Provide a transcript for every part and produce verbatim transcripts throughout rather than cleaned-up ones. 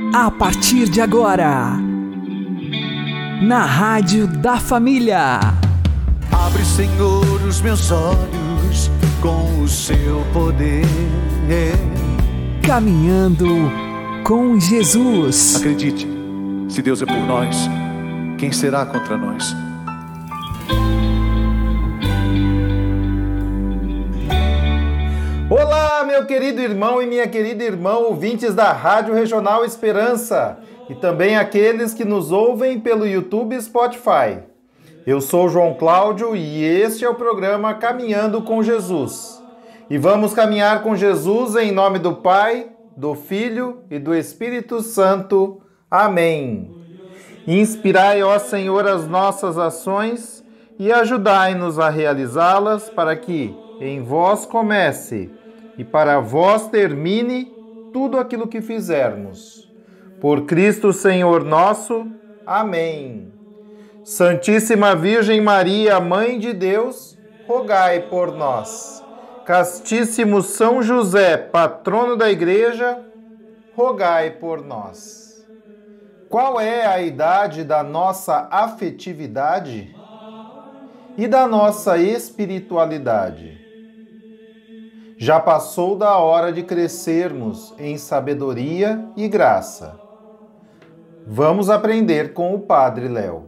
A partir de agora, na Rádio da Família. Abre, Senhor, os meus olhos com o seu poder. Caminhando com Jesus. Acredite, se Deus é por nós, quem será contra nós? Olá, meu querido irmão e minha querida irmã, ouvintes da Rádio Regional Esperança e também aqueles que nos ouvem pelo YouTube e Spotify. Eu sou João Cláudio e este é o programa Caminhando com Jesus. E vamos caminhar com Jesus em nome do Pai, do Filho e do Espírito Santo. Amém. Inspirai, ó Senhor, as nossas ações e ajudai-nos a realizá-las para que em vós comece e para vós termine tudo aquilo que fizermos. Por Cristo Senhor nosso. Amém. Santíssima Virgem Maria, Mãe de Deus, rogai por nós. Castíssimo São José, patrono da Igreja, rogai por nós. Qual é a idade da nossa afetividade e da nossa espiritualidade? Já passou da hora de crescermos em sabedoria e graça. Vamos aprender com o Padre Léo.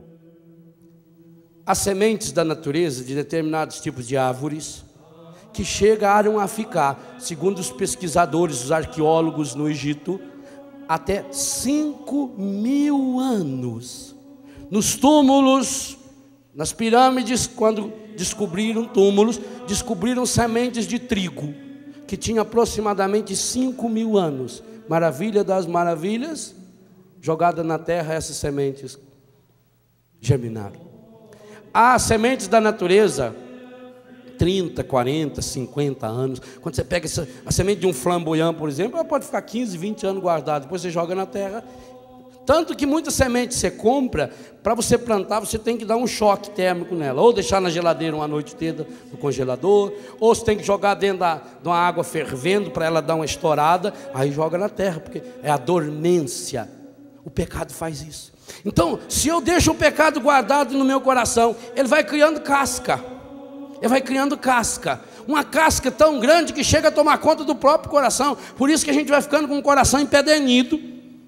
As sementes da natureza de determinados tipos de árvores que chegaram a ficar, segundo os pesquisadores, os arqueólogos no Egito, até cinco mil anos. Nos túmulos, nas pirâmides, quando descobriram túmulos, descobriram sementes de trigo, que tinha aproximadamente cinco mil anos. Maravilha das maravilhas, jogada na terra, essas sementes germinaram. Há sementes da natureza, trinta, quarenta, cinquenta anos. Quando você pega essa, a semente de um flamboyant, por exemplo, ela pode ficar quinze, vinte anos guardada, depois você joga na terra. Tanto que muitas sementes você compra, para você plantar, você tem que dar um choque térmico nela, ou deixar na geladeira uma noite inteira no congelador, ou você tem que jogar dentro da, de uma água fervendo para ela dar uma estourada, aí joga na terra, porque é a dormência. O pecado faz isso. Então, se eu deixo o pecado guardado no meu coração, ele vai criando casca, ele vai criando casca, uma casca tão grande que chega a tomar conta do próprio coração. Por isso que a gente vai ficando com o coração empedernido.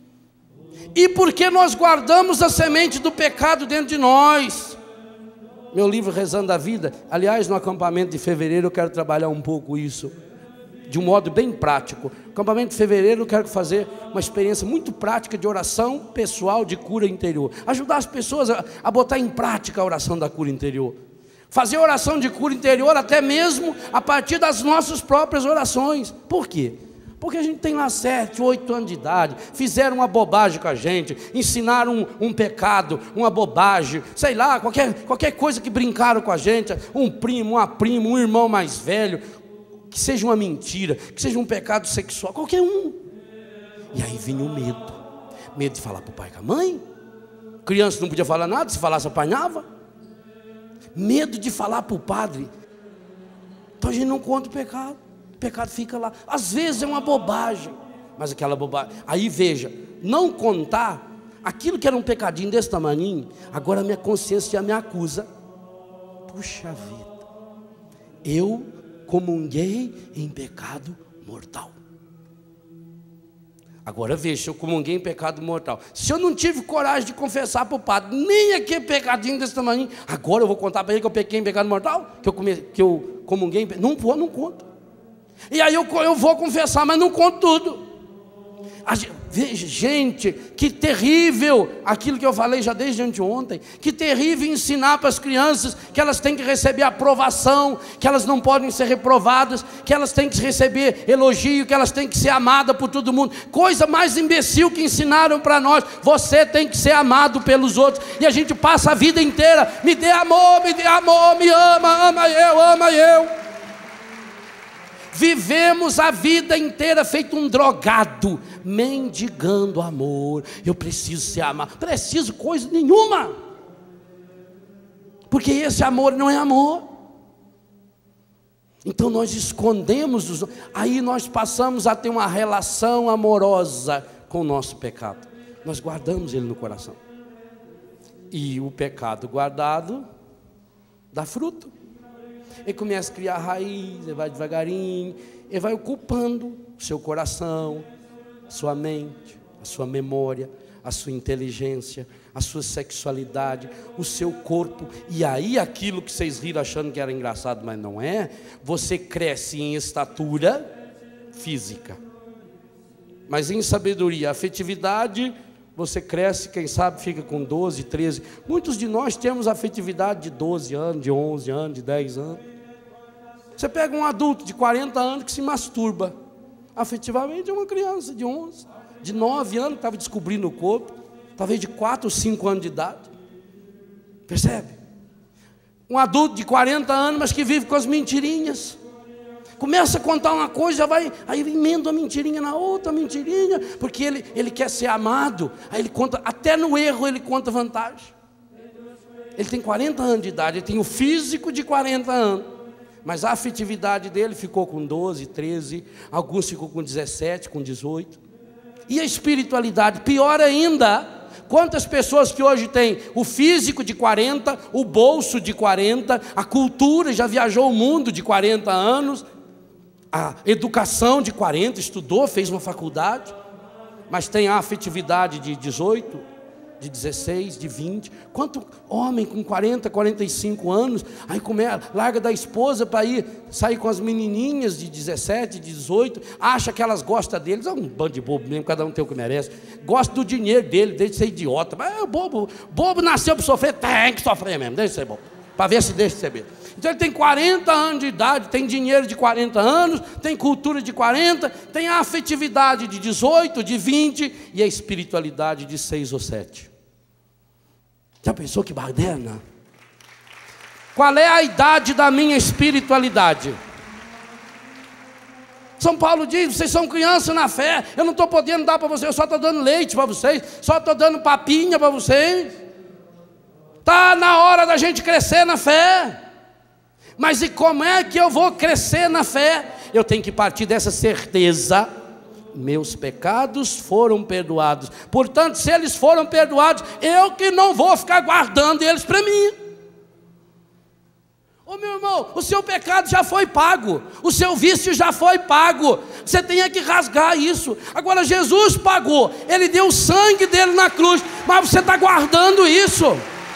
E porque nós guardamos a semente do pecado dentro de nós. Meu livro Rezando a Vida, aliás, no acampamento de fevereiro eu quero trabalhar um pouco isso, de um modo bem prático. No acampamento de fevereiro eu quero fazer uma experiência muito prática de oração pessoal de cura interior. Ajudar as pessoas a, a botar em prática a oração da cura interior. Fazer oração de cura interior até mesmo a partir das nossas próprias orações. Por quê? Porque a gente tem lá sete, oito anos de idade, fizeram uma bobagem com a gente, ensinaram um, um pecado, uma bobagem, sei lá, qualquer, qualquer coisa que brincaram com a gente, um primo, uma prima, um irmão mais velho, que seja uma mentira, que seja um pecado sexual, qualquer um. E aí vinha o medo, medo de falar para o pai e com a mãe, criança não podia falar nada, se falasse apanhava, medo de falar para o padre, então a gente não conta o pecado. O pecado fica lá, às vezes é uma bobagem, mas aquela bobagem, aí veja, não contar, aquilo que era um pecadinho desse tamaninho, agora a minha consciência já me acusa, puxa vida, eu comunguei em pecado mortal. Agora veja, eu comunguei em pecado mortal, se eu não tive coragem de confessar para o padre, nem aquele pecadinho desse tamaninho, agora eu vou contar para ele que eu pequei em pecado mortal, que eu, come, que eu comunguei, em, não vou, não conto. E aí eu, eu vou confessar, mas não conto tudo. A, veja, gente, que terrível aquilo que eu falei já desde anteontem. Que terrível ensinar para as crianças que elas têm que receber aprovação, que elas não podem ser reprovadas, que elas têm que receber elogio, que elas têm que ser amadas por todo mundo. Coisa mais imbecil que ensinaram para nós. Você tem que ser amado pelos outros. E a gente passa a vida inteira, me dê amor, me dê amor, me ama, ama eu, ama eu. Vivemos a vida inteira feito um drogado, mendigando amor. Eu preciso ser amado. Preciso coisa nenhuma, porque esse amor não é amor. Então nós escondemos os... Aí nós passamos a ter uma relação amorosa com o nosso pecado. Nós guardamos ele no coração. E o pecado guardado dá fruto. Ele começa a criar raiz, ele vai devagarinho, ele vai ocupando o seu coração, a sua mente, a sua memória, a sua inteligência, a sua sexualidade, o seu corpo. E aí aquilo que vocês riram achando que era engraçado, mas não é, você cresce em estatura física, mas em sabedoria, afetividade, você cresce, quem sabe fica com doze, treze. Muitos de nós temos afetividade de doze anos, de onze anos, de dez anos. Você pega um adulto de quarenta anos que se masturba, afetivamente é uma criança de onze, de nove anos que estava descobrindo o corpo, talvez de quatro ou cinco anos de idade. Percebe? Um adulto de quarenta anos, mas que vive com as mentirinhas. Começa a contar uma coisa, já vai, aí emenda uma mentirinha na outra mentirinha, porque ele, ele quer ser amado. Aí ele conta, até no erro ele conta vantagem. Ele tem quarenta anos de idade, ele tem o físico de quarenta anos, mas a afetividade dele ficou com doze, treze, alguns ficou com dezessete, com dezoito. E a espiritualidade, pior ainda, quantas pessoas que hoje têm o físico de quarenta, o bolso de quarenta, a cultura, já viajou o mundo de quarenta anos, a educação de quarenta, estudou, fez uma faculdade, mas tem a afetividade de dezoito, de dezesseis, de vinte. Quanto homem com quarenta, quarenta e cinco anos, aí começa, larga da esposa para ir sair com as menininhas de dezessete, dezoito, acha que elas gostam deles, é um bando de bobo mesmo, cada um tem o que merece, gosta do dinheiro dele, deixa de ser idiota, mas é bobo, bobo nasceu para sofrer, tem que sofrer mesmo, deixa de ser bobo, para ver se deixa de ser besta. Então ele tem quarenta anos de idade, tem dinheiro de quarenta anos, tem cultura de quarenta, tem a afetividade de dezoito, de vinte e a espiritualidade de seis ou sete. Já pensou que baderna? Qual é a idade da minha espiritualidade? São Paulo diz, vocês são crianças na fé, eu não estou podendo dar para vocês, eu só estou dando leite para vocês, só estou dando papinha para vocês. Está na hora da gente crescer na fé. Mas e como é que eu vou crescer na fé? Eu tenho que partir dessa certeza: meus pecados foram perdoados, portanto, se eles foram perdoados, eu que não vou ficar guardando eles para mim. Ô meu irmão, o seu pecado já foi pago, o seu vício já foi pago, você tem que rasgar isso. Agora Jesus pagou, Ele deu o sangue dele na cruz, mas você está guardando isso.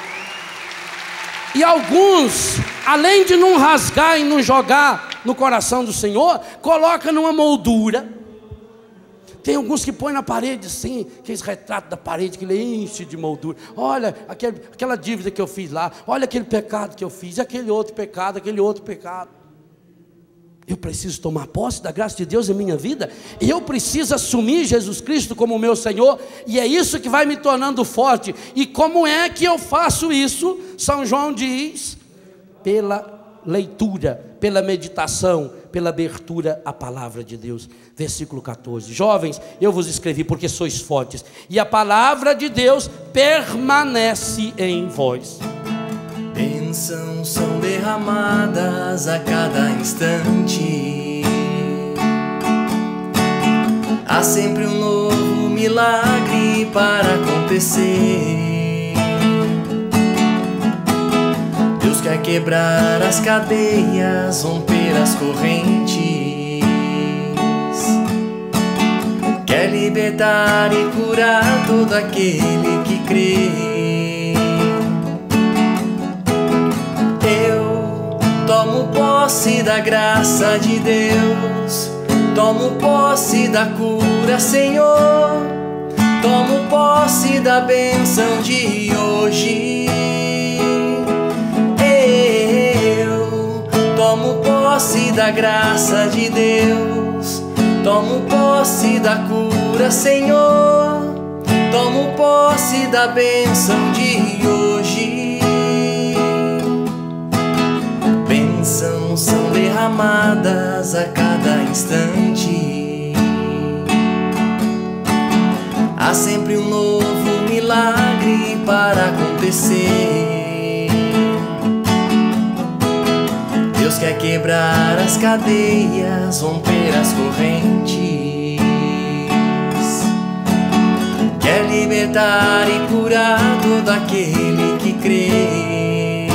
E alguns, além de não rasgar e não jogar no coração do Senhor, coloca numa moldura. Tem alguns que põem na parede assim, aqueles retratos da parede que ele enche de moldura. Olha aquele, aquela dívida que eu fiz lá, olha aquele pecado que eu fiz, aquele outro pecado, aquele outro pecado. Eu preciso tomar posse da graça de Deus em minha vida, eu preciso assumir Jesus Cristo como meu Senhor, e é isso que vai me tornando forte. E como é que eu faço isso? São João diz, pela leitura, pela meditação, pela abertura à palavra de Deus. Versículo catorze, jovens, eu vos escrevi porque sois fortes, e a palavra de Deus permanece em vós. Bênçãos são derramadas a cada instante, há sempre um novo milagre para acontecer. Deus quer quebrar as cadeias, romper as correntes, quer libertar e curar todo aquele que crê. Eu tomo posse da graça de Deus, tomo posse da cura, Senhor, tomo posse da bênção de hoje. Eu tomo posse da graça de Deus, tomo posse da cura, Senhor, tomo posse da bênção de hoje. Bênçãos são derramadas a cada instante, há sempre um novo milagre para acontecer. Deus quer quebrar as cadeias, romper as correntes, libertar e curar todo aquele que crê.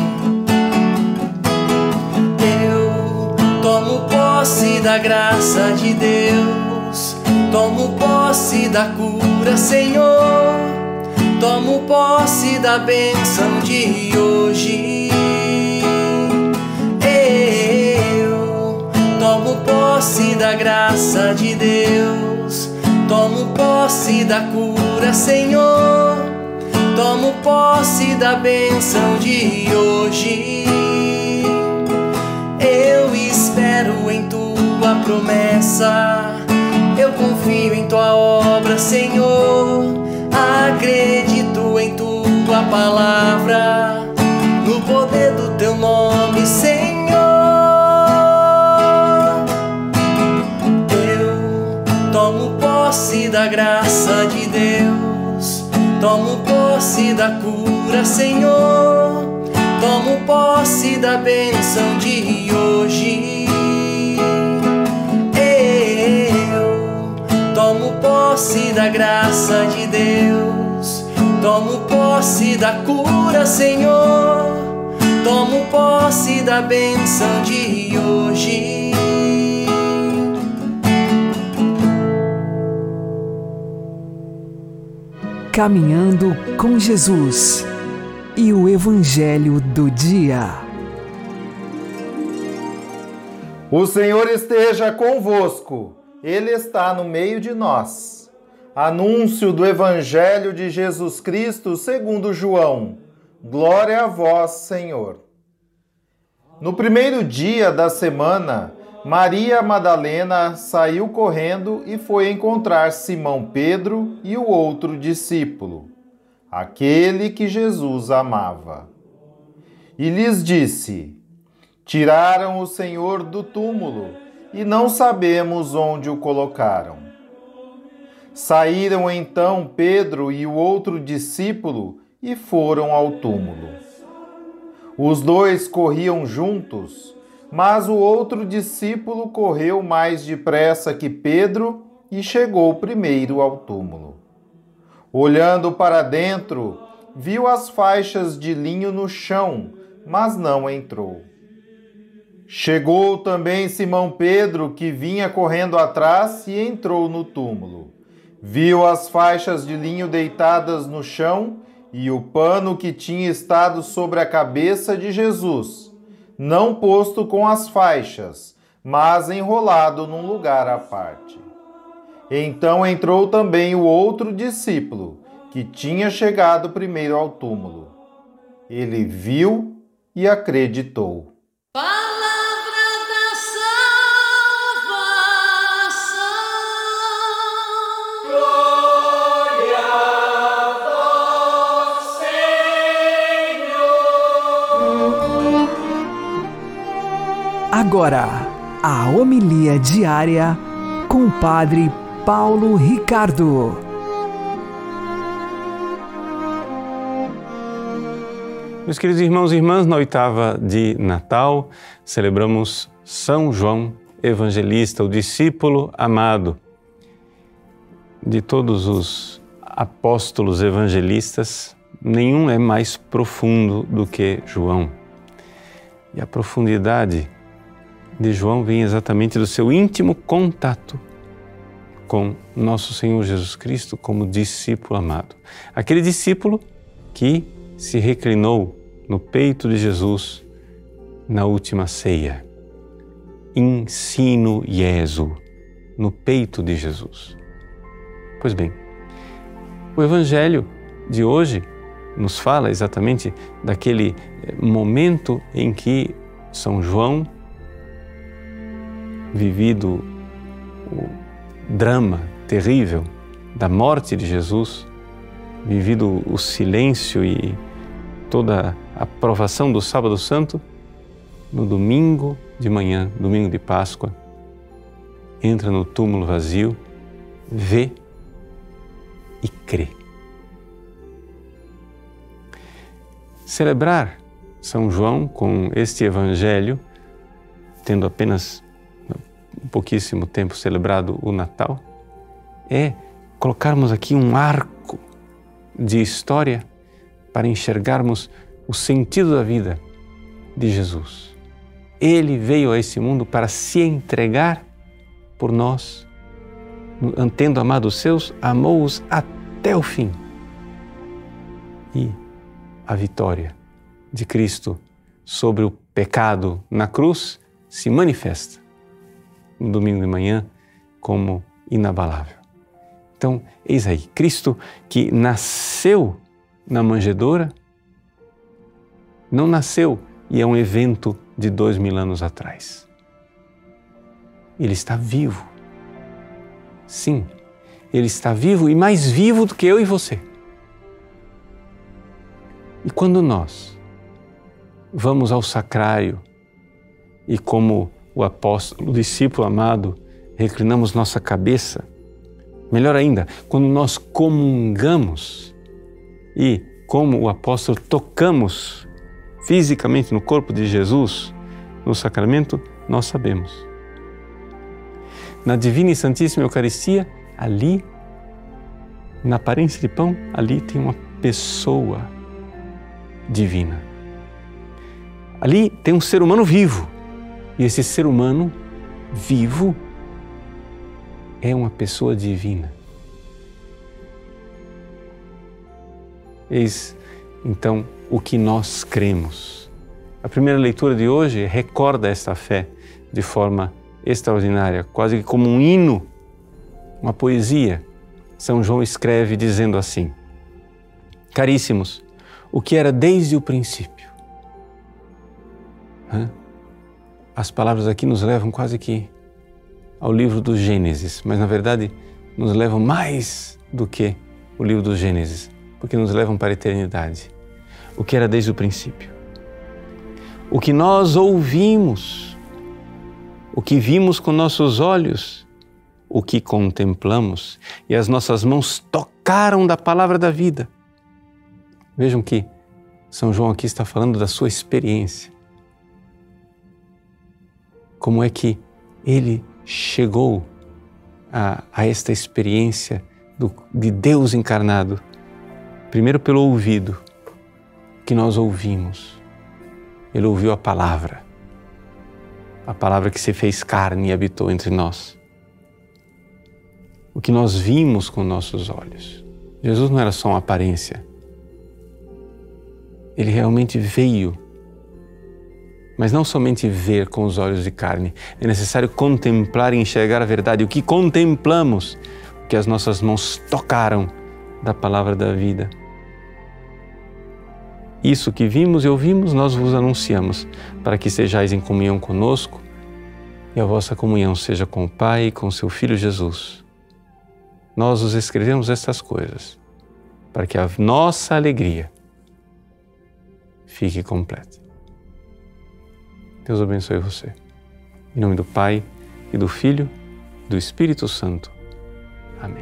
Eu tomo posse da graça de Deus, tomo posse da cura, Senhor, tomo posse da bênção de hoje. Eu tomo posse da graça de Deus, tomo posse da cura, Senhor, tomo posse da bênção de hoje. Eu espero em tua promessa, eu confio em tua obra, Senhor, acredito em tua palavra, no poder do teu nome, Senhor. Eu tomo posse da graça de Deus, tomo posse da cura, Senhor, tomo posse da bênção de hoje. Eu tomo posse da graça de Deus, tomo posse da cura, Senhor, tomo posse da bênção de hoje. Caminhando com Jesus e o Evangelho do Dia. O Senhor esteja convosco, Ele está no meio de nós. Anúncio do Evangelho de Jesus Cristo segundo João. Glória a vós, Senhor. No primeiro dia da semana, Maria Madalena saiu correndo e foi encontrar Simão Pedro e o outro discípulo, aquele que Jesus amava. E lhes disse: tiraram o Senhor do túmulo e não sabemos onde o colocaram. Saíram então Pedro e o outro discípulo e foram ao túmulo. Os dois corriam juntos, mas o outro discípulo correu mais depressa que Pedro e chegou primeiro ao túmulo. Olhando para dentro, viu as faixas de linho no chão, mas não entrou. Chegou também Simão Pedro, que vinha correndo atrás, e entrou no túmulo. Viu as faixas de linho deitadas no chão e o pano que tinha estado sobre a cabeça de Jesus, não posto com as faixas, mas enrolado num lugar à parte. Então entrou também o outro discípulo, que tinha chegado primeiro ao túmulo. Ele viu e acreditou. Palavra da salvação. Glória a vós, Senhor. Agora, a homilia diária com o Padre Paulo Ricardo. Meus queridos irmãos e irmãs, na oitava de Natal, celebramos São João Evangelista, o discípulo amado. De todos os apóstolos evangelistas, nenhum é mais profundo do que João. E a profundidade de João vem exatamente do seu íntimo contato com nosso Senhor Jesus Cristo como discípulo amado. Aquele discípulo que se reclinou no peito de Jesus na última ceia. Ensino Jesu, no peito de Jesus. Pois bem, o Evangelho de hoje nos fala exatamente daquele momento em que São João, vivido o drama terrível da morte de Jesus, vivido o silêncio e toda a provação do Sábado Santo, no domingo de manhã, domingo de Páscoa, entra no túmulo vazio, vê e crê. Celebrar São João com este Evangelho, tendo apenas pouquíssimo tempo celebrado o Natal, é colocarmos aqui um arco de história para enxergarmos o sentido da vida de Jesus. Ele veio a esse mundo para se entregar por nós, tendo amado os seus, amou-os até o fim. E a vitória de Cristo sobre o pecado na cruz se manifesta no domingo de manhã como inabalável. Então, eis aí, Cristo que nasceu na manjedoura, não nasceu e é um evento de dois mil anos atrás. Ele está vivo. Sim, Ele está vivo e mais vivo do que eu e você. E quando nós vamos ao sacrário e como o apóstolo, o discípulo amado, reclinamos nossa cabeça, melhor ainda, quando nós comungamos e, como o apóstolo, tocamos fisicamente no corpo de Jesus, no sacramento, nós sabemos. Na Divina e Santíssima Eucaristia, ali, na aparência de pão, ali tem uma pessoa divina. Ali tem um ser humano vivo. E esse ser humano vivo é uma pessoa divina. Eis, então, o que nós cremos. A primeira leitura de hoje recorda esta fé de forma extraordinária, quase que como um hino, uma poesia. São João escreve dizendo assim: caríssimos, o que era desde o princípio. As palavras aqui nos levam quase que ao livro do Gênesis, mas na verdade nos levam mais do que o livro do Gênesis, porque nos levam para a eternidade. O que era desde o princípio. O que nós ouvimos, o que vimos com nossos olhos, o que contemplamos e as nossas mãos tocaram da palavra da vida. Vejam que São João aqui está falando da sua experiência. Como é que ele chegou a, a esta experiência do, de Deus encarnado? Primeiro pelo ouvido, que nós ouvimos. Ele ouviu a palavra, a palavra que se fez carne e habitou entre nós. O que nós vimos com nossos olhos. Jesus não era só uma aparência. Ele realmente veio. Mas não somente ver com os olhos de carne, é necessário contemplar e enxergar a verdade. O que contemplamos, o que as nossas mãos tocaram da palavra da vida. Isso que vimos e ouvimos, nós vos anunciamos, para que sejais em comunhão conosco e a vossa comunhão seja com o Pai e com seu Filho Jesus. Nós vos escrevemos estas coisas, para que a nossa alegria fique completa. Deus abençoe você. Em nome do Pai, e do Filho, e do Espírito Santo. Amém.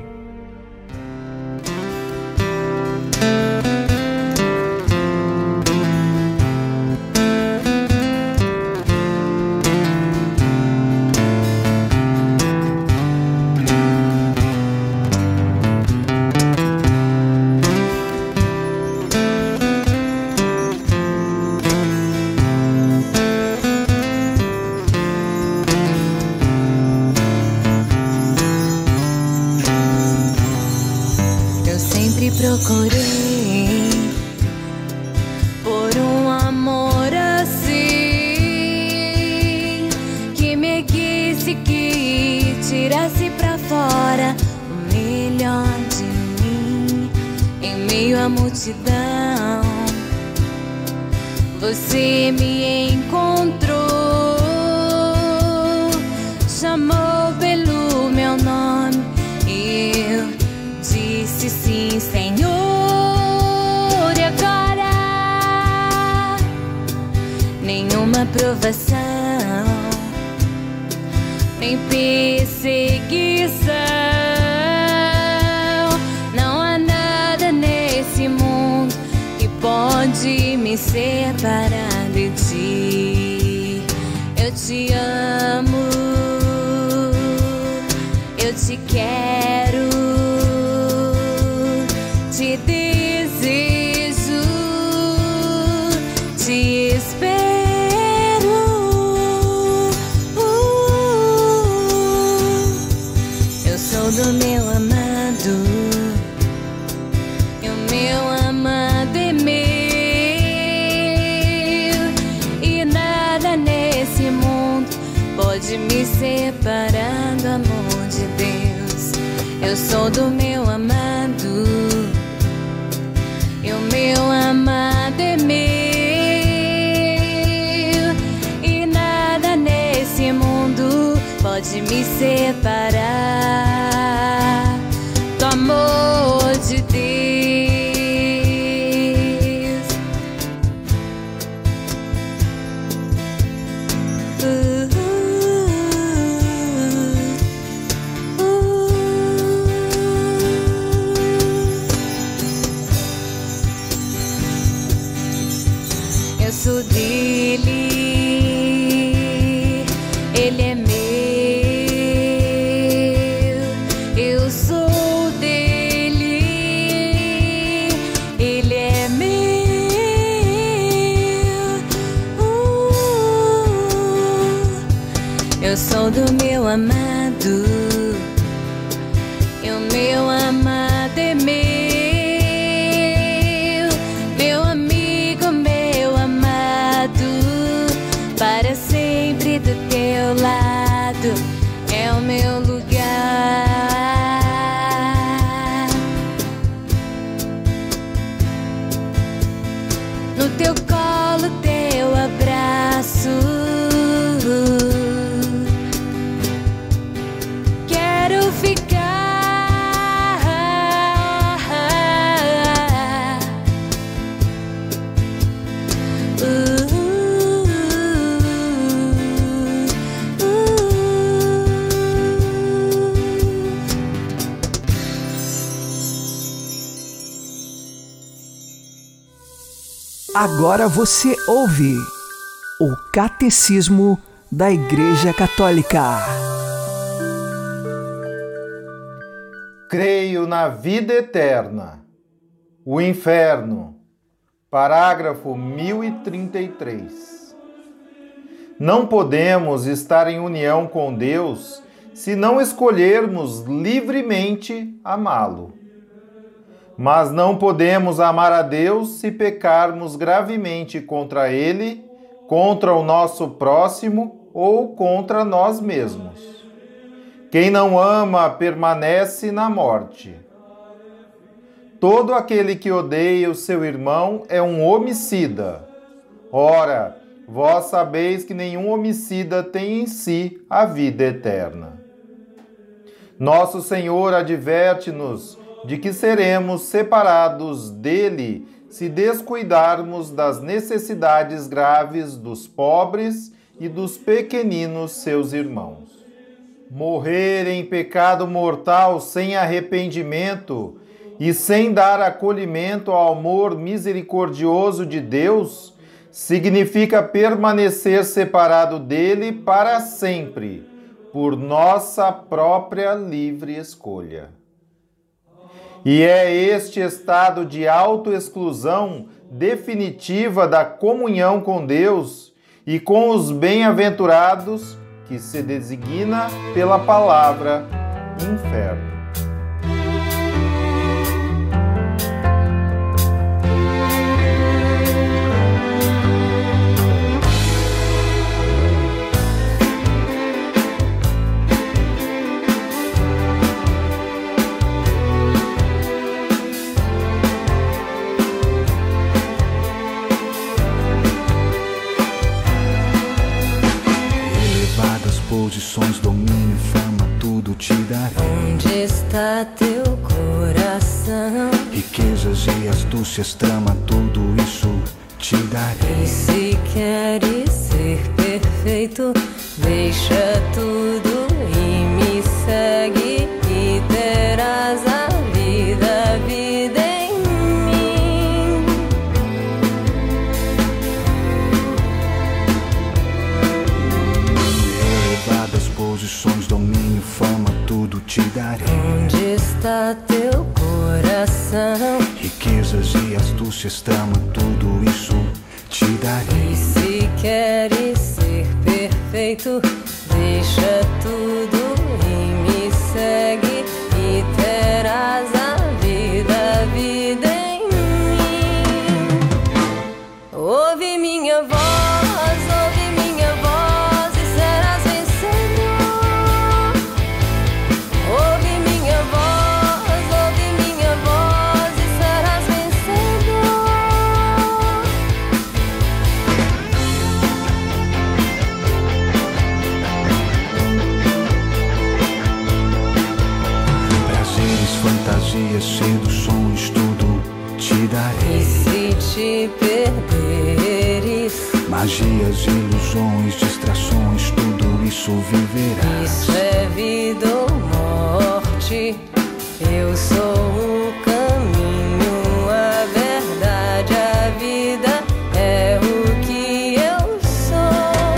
Procurei por um amor assim, que me guisse, que tirasse pra fora o melhor de mim. Em meio à multidão, você me encontrou, chamou pelo meu nome e eu disse sim, Senhor. E agora nenhuma provação, nem perseguição, não há nada nesse mundo que pode me separar de ti. Eu te amo, eu te quero, te devo. separando, amor de Deus. Eu sou do meu amado, e o meu amado é meu, e nada nesse mundo pode me separar do amor de Deus. Eu sou dele, ele é meu. Eu sou dele, ele é meu. Uh, eu sou do meu amado, e o meu amado é meu. Meu amigo, meu amado, para sempre do teu lado é o meu lugar. No teu colo, teu abraço, quero ficar. Uh, uh, Agora você ouve o Catecismo da Igreja Católica. Creio na vida eterna. O inferno. Parágrafo mil e trinta e três. Não podemos estar em união com Deus se não escolhermos livremente amá-lo. Mas não podemos amar a Deus se pecarmos gravemente contra Ele, contra o nosso próximo ou contra nós mesmos. Quem não ama permanece na morte. Todo aquele que odeia o seu irmão é um homicida. Ora, vós sabeis que nenhum homicida tem em si a vida eterna. Nosso Senhor adverte-nos de que seremos separados dele se descuidarmos das necessidades graves dos pobres e dos pequeninos seus irmãos. Morrer em pecado mortal sem arrependimento e sem dar acolhimento ao amor misericordioso de Deus significa permanecer separado dele para sempre, por nossa própria livre escolha. E é este estado de autoexclusão definitiva da comunhão com Deus e com os bem-aventurados que se designa pela palavra inferno. Posições, domínio, fama, tudo te darei. Onde está teu coração? Riquezas e astúcias, trama, tudo isso te darei. E se queres ser perfeito, deixa tudo e me segue, e terás a vida, a vida em mim. Elevadas posições, domínio, fama, tudo te darei. Onde está teu coração? Riquezas e astúcias, trama, tudo isso te darei. E se queres ser perfeito, deixa tudo e me segue, e terás a vida, a vida em mim. Ouve minha voz, ouve minha voz, e serás vencedor. seduções, tudo te darei. E se te perderes, magias, ilusões, distrações, tudo isso viverás. Isso é vida ou morte. Eu sou o caminho, a verdade, a vida é o que eu sou.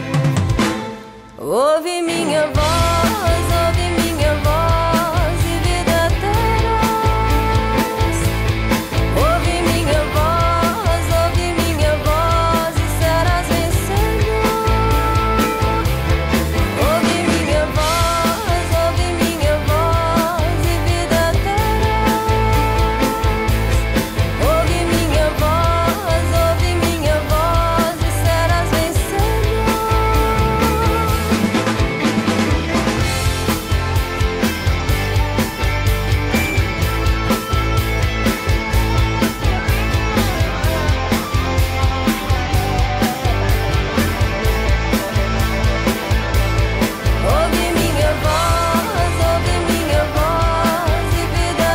Ouve minha voz, ouve minha voz e vida terás. Ouve minha voz, ouve minha voz e serás vencedor. Ouve minha voz, ouve minha voz e vida terás. Ouve minha voz, ouve minha voz e serás vencedor. Ouve minha voz, ouve minha voz e vida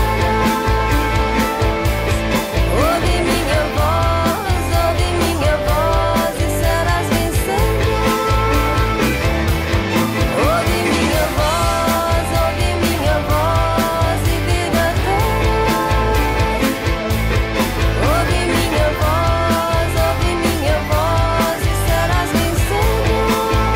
terás. Ouve minha voz, ouve minha voz e serás vencedor. Ouve minha voz, ouve minha voz e vida terás. Ouve minha voz, ouve minha voz e serás vencedor.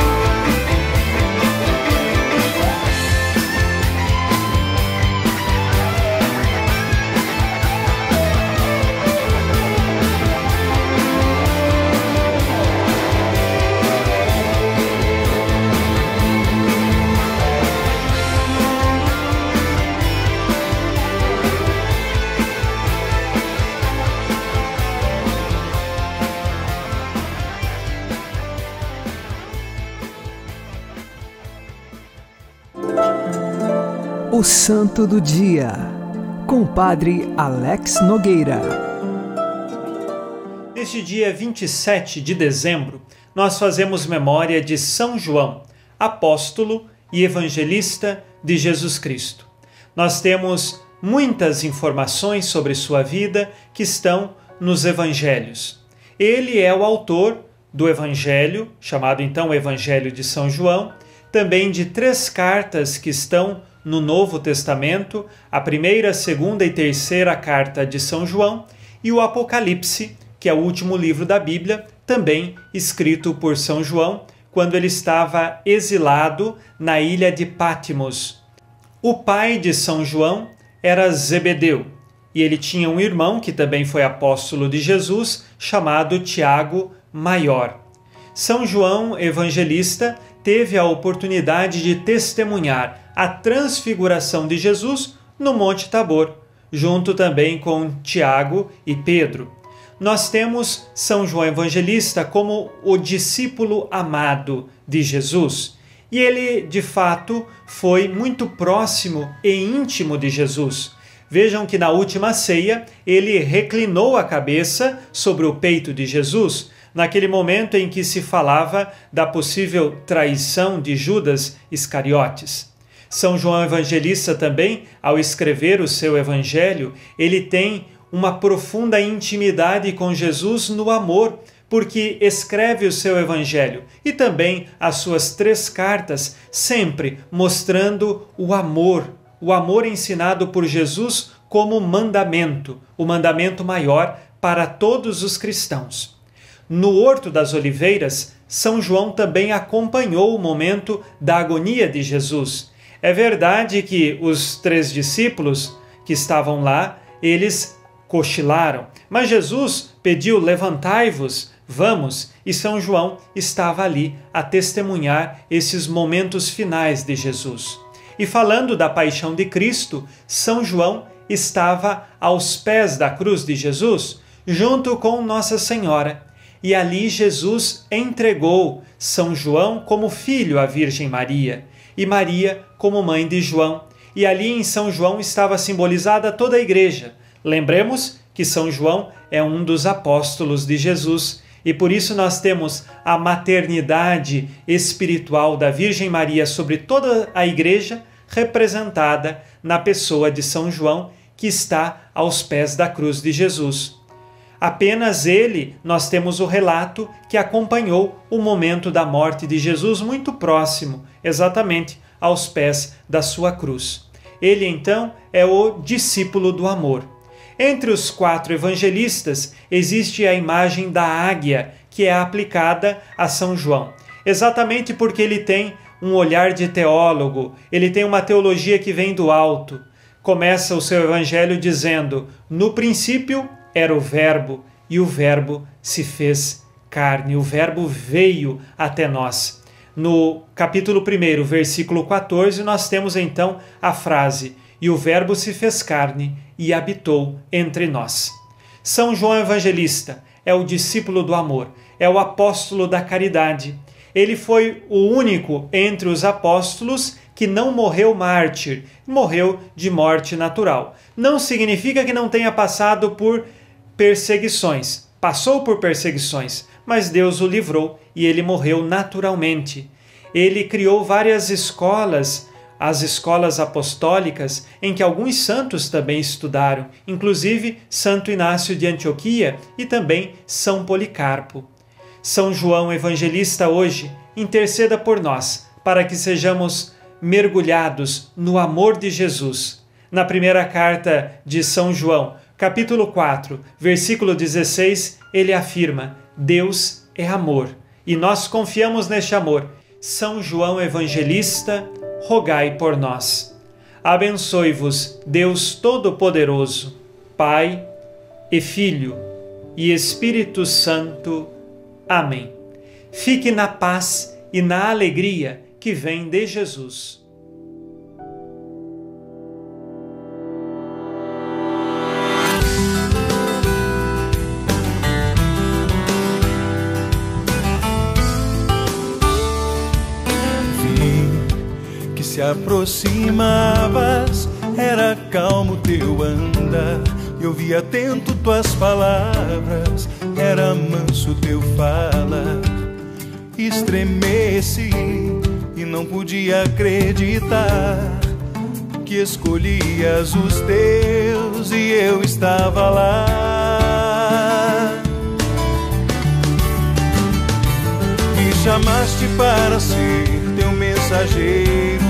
O Santo do Dia, com o Padre Alex Nogueira. Neste dia vinte e sete de dezembro, nós fazemos memória de São João, apóstolo e evangelista de Jesus Cristo. Nós temos muitas informações sobre sua vida que estão nos evangelhos. Ele é o autor do evangelho, chamado então Evangelho de São João, também de três cartas que estão no Novo Testamento, a primeira, segunda e terceira carta de São João, e o Apocalipse, que é o último livro da Bíblia, também escrito por São João, quando ele estava exilado na ilha de Patmos. O pai de São João era Zebedeu, e ele tinha um irmão que também foi apóstolo de Jesus, chamado Tiago Maior. São João Evangelista teve a oportunidade de testemunhar a transfiguração de Jesus no Monte Tabor, junto também com Tiago e Pedro. Nós temos São João Evangelista como o discípulo amado de Jesus, e ele, de fato, foi muito próximo e íntimo de Jesus. Vejam que na última ceia ele reclinou a cabeça sobre o peito de Jesus, naquele momento em que se falava da possível traição de Judas Iscariotes. São João Evangelista também, ao escrever o seu evangelho, ele tem uma profunda intimidade com Jesus no amor, porque escreve o seu evangelho e também as suas três cartas, sempre mostrando o amor, o amor ensinado por Jesus como mandamento, o mandamento maior para todos os cristãos. No Horto das Oliveiras, São João também acompanhou o momento da agonia de Jesus. É verdade que os três discípulos que estavam lá, eles cochilaram, mas Jesus pediu: levantai-vos, vamos, e São João estava ali a testemunhar esses momentos finais de Jesus. E falando da paixão de Cristo, São João estava aos pés da cruz de Jesus, junto com Nossa Senhora. E ali Jesus entregou São João como filho à Virgem Maria e Maria como mãe de João. E ali em São João estava simbolizada toda a igreja. Lembremos que São João é um dos apóstolos de Jesus e por isso nós temos a maternidade espiritual da Virgem Maria sobre toda a igreja representada na pessoa de São João, que está aos pés da cruz de Jesus. Apenas ele, nós temos o relato que acompanhou o momento da morte de Jesus muito próximo, exatamente aos pés da sua cruz. Ele, então, é o discípulo do amor. Entre os quatro evangelistas existe a imagem da águia, que é aplicada a São João, exatamente porque ele tem um olhar de teólogo, ele tem uma teologia que vem do alto. Começa o seu evangelho dizendo: no princípio era o Verbo, e o Verbo se fez carne, o Verbo veio até nós. No capítulo primeiro, versículo quatorze, nós temos então a frase: e o Verbo se fez carne e habitou entre nós. São João Evangelista é o discípulo do amor, é o apóstolo da caridade. Ele foi o único entre os apóstolos que não morreu mártir, morreu de morte natural. Não significa que não tenha passado por perseguições. Passou por perseguições, mas Deus o livrou e ele morreu naturalmente. Ele criou várias escolas, as escolas apostólicas, em que alguns santos também estudaram, inclusive Santo Inácio de Antioquia e também São Policarpo. São João Evangelista hoje interceda por nós, para que sejamos mergulhados no amor de Jesus. Na primeira carta de São João, capítulo quatro, versículo dezesseis, ele afirma: Deus é amor, e nós confiamos neste amor. São João Evangelista, rogai por nós. Abençoe-vos Deus Todo-Poderoso, Pai e Filho e Espírito Santo. Amém. Fique na paz e na alegria que vem de Jesus. Vi que se aproximavas, era calmo teu andar. Eu vi atento tuas palavras, era manso teu falar. Estremeci e não podia acreditar que escolhias os teus e eu estava lá. Me chamaste para ser teu mensageiro,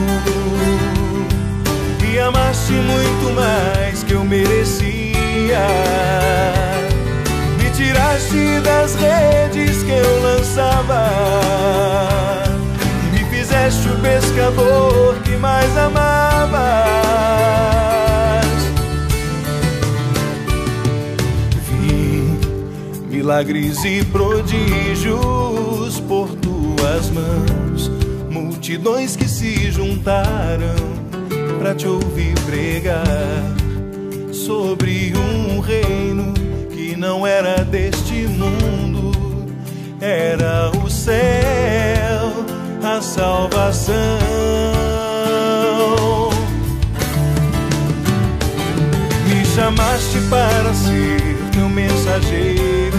me amaste muito mais que eu merecia. Me tiraste das redes que eu lançava e me fizeste o pescador que mais amavas. Vi milagres e prodígios por tuas mãos, multidões que se juntaram pra te ouvir pregar sobre um reino que não era deste mundo, era o céu, a salvação. Me chamaste para ser teu mensageiro,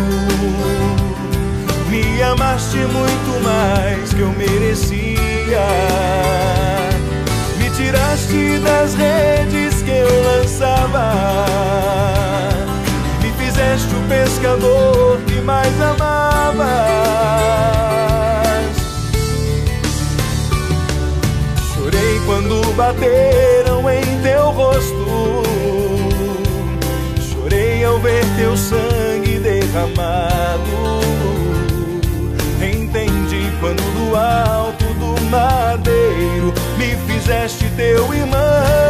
me amaste muito mais que eu merecia. Me tiraste das redes que eu lançava, me fizeste o pescador que mais amavas. Chorei quando bateram em teu rosto, chorei ao ver teu sangue derramado. Entendi quando do alto do madeiro me fizeste teu irmão.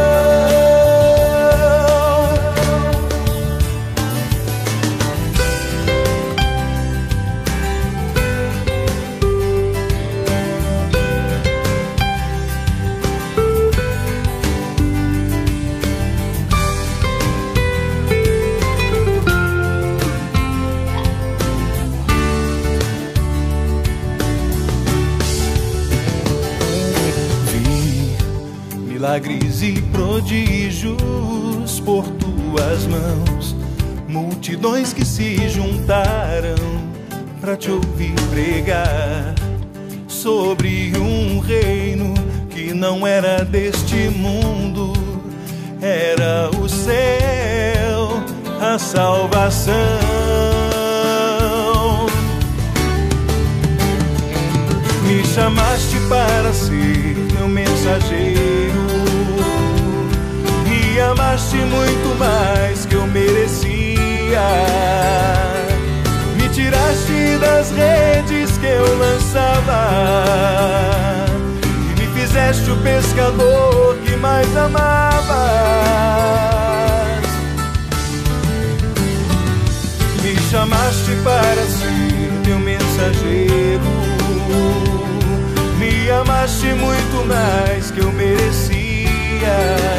Milagres e prodígios por tuas mãos, multidões que se juntaram pra te ouvir pregar sobre um reino que não era deste mundo, era o céu, da salvação. Me chamaste para ser meu mensageiro, me amaste muito mais que eu merecia, me tiraste das redes que eu lançava e me fizeste o pescador que mais amavas. Me chamaste para ser meu mensageiro, me amaste muito mais que eu merecia,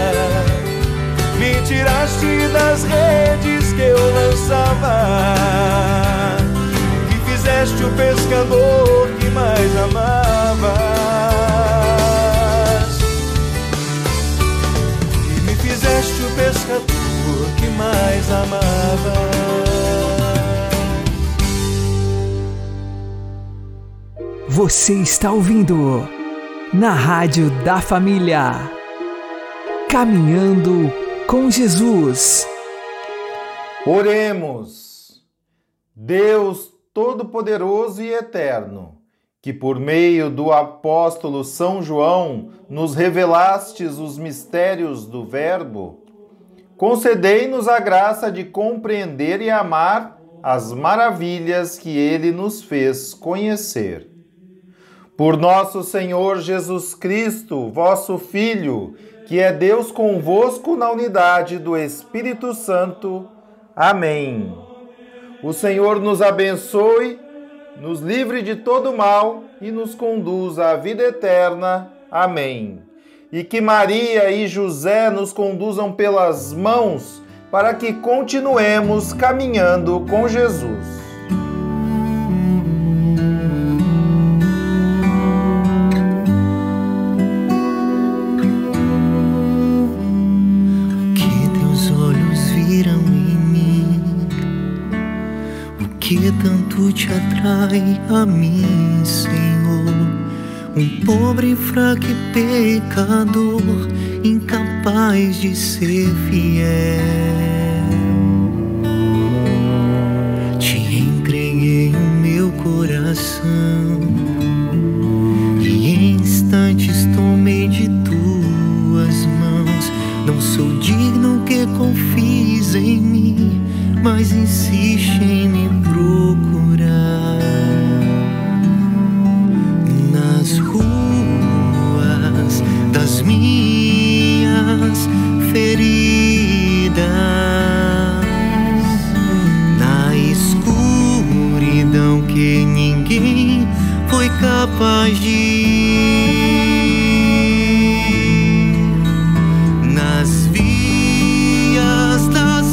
me tiraste das redes que eu lançava e fizeste o pescador que mais amavas. E me fizeste o pescador que mais amavas. Você está ouvindo na Rádio da Família, Caminhando com Jesus. Oremos. Deus Todo-Poderoso e Eterno, que por meio do apóstolo São João nos revelastes os mistérios do Verbo, concedei-nos a graça de compreender e amar as maravilhas que ele nos fez conhecer. Por nosso Senhor Jesus Cristo, vosso Filho, que é Deus convosco na unidade do Espírito Santo. Amém. O Senhor nos abençoe, nos livre de todo mal e nos conduza à vida eterna. Amém. E que Maria e José nos conduzam pelas mãos para que continuemos caminhando com Jesus. Que tanto te atrai a mim, Senhor, um pobre, fraco e pecador, incapaz de ser fiel. Te entreguei o meu coração e em instantes tomei de tuas mãos. Não sou digno que confies em mim, mas insiste em me procurar. Nas ruas das minhas feridas, na escuridão que ninguém foi capaz de ir, nas vias das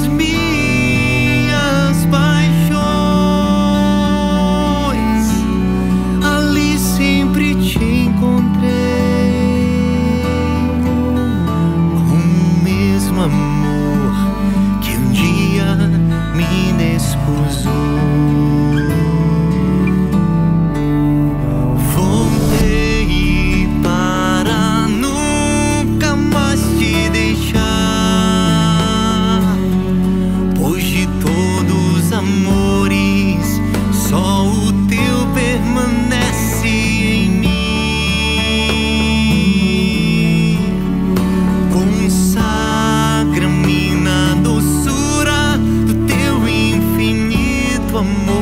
amor.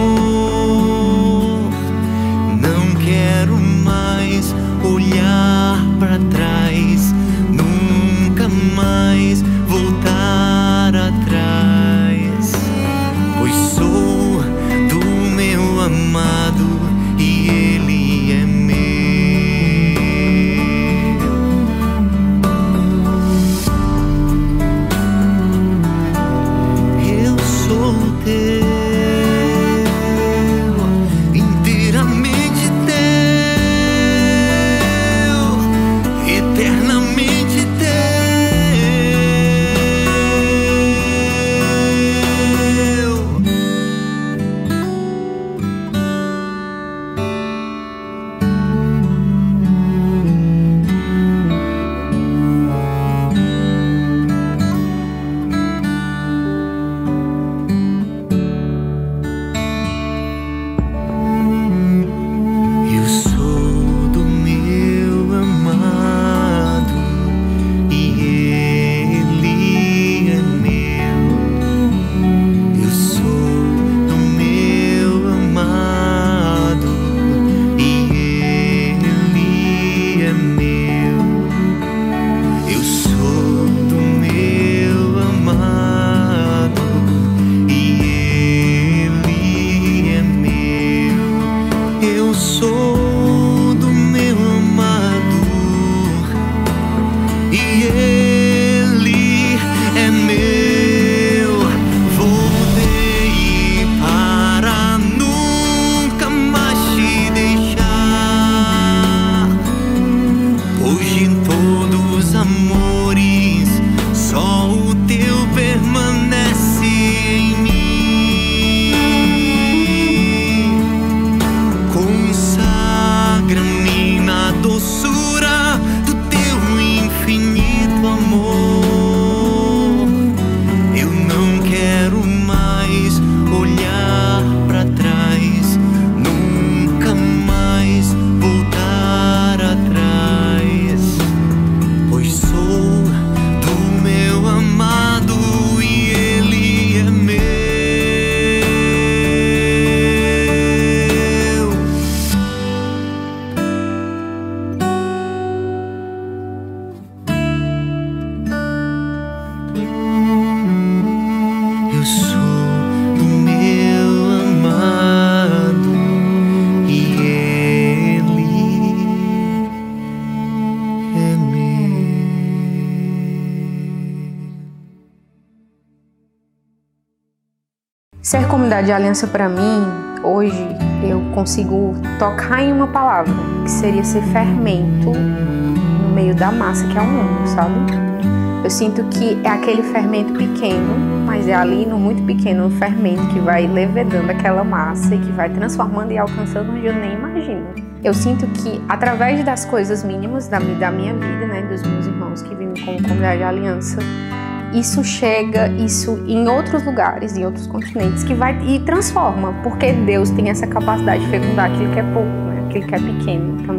Ser comunidade de aliança para mim, hoje, eu consigo tocar em uma palavra, que seria ser fermento no meio da massa que é o mundo, sabe? Eu sinto que é aquele fermento pequeno, mas é ali no muito pequeno um fermento que vai levedando aquela massa e que vai transformando e alcançando onde eu nem imagino. Eu sinto que através das coisas mínimas da, da minha vida, né, dos meus irmãos que vivem como comunidade de aliança, isso chega isso em outros lugares, em outros continentes, que vai e transforma, porque Deus tem essa capacidade de fecundar aquilo que é pouco, né, aquilo que é pequeno. Então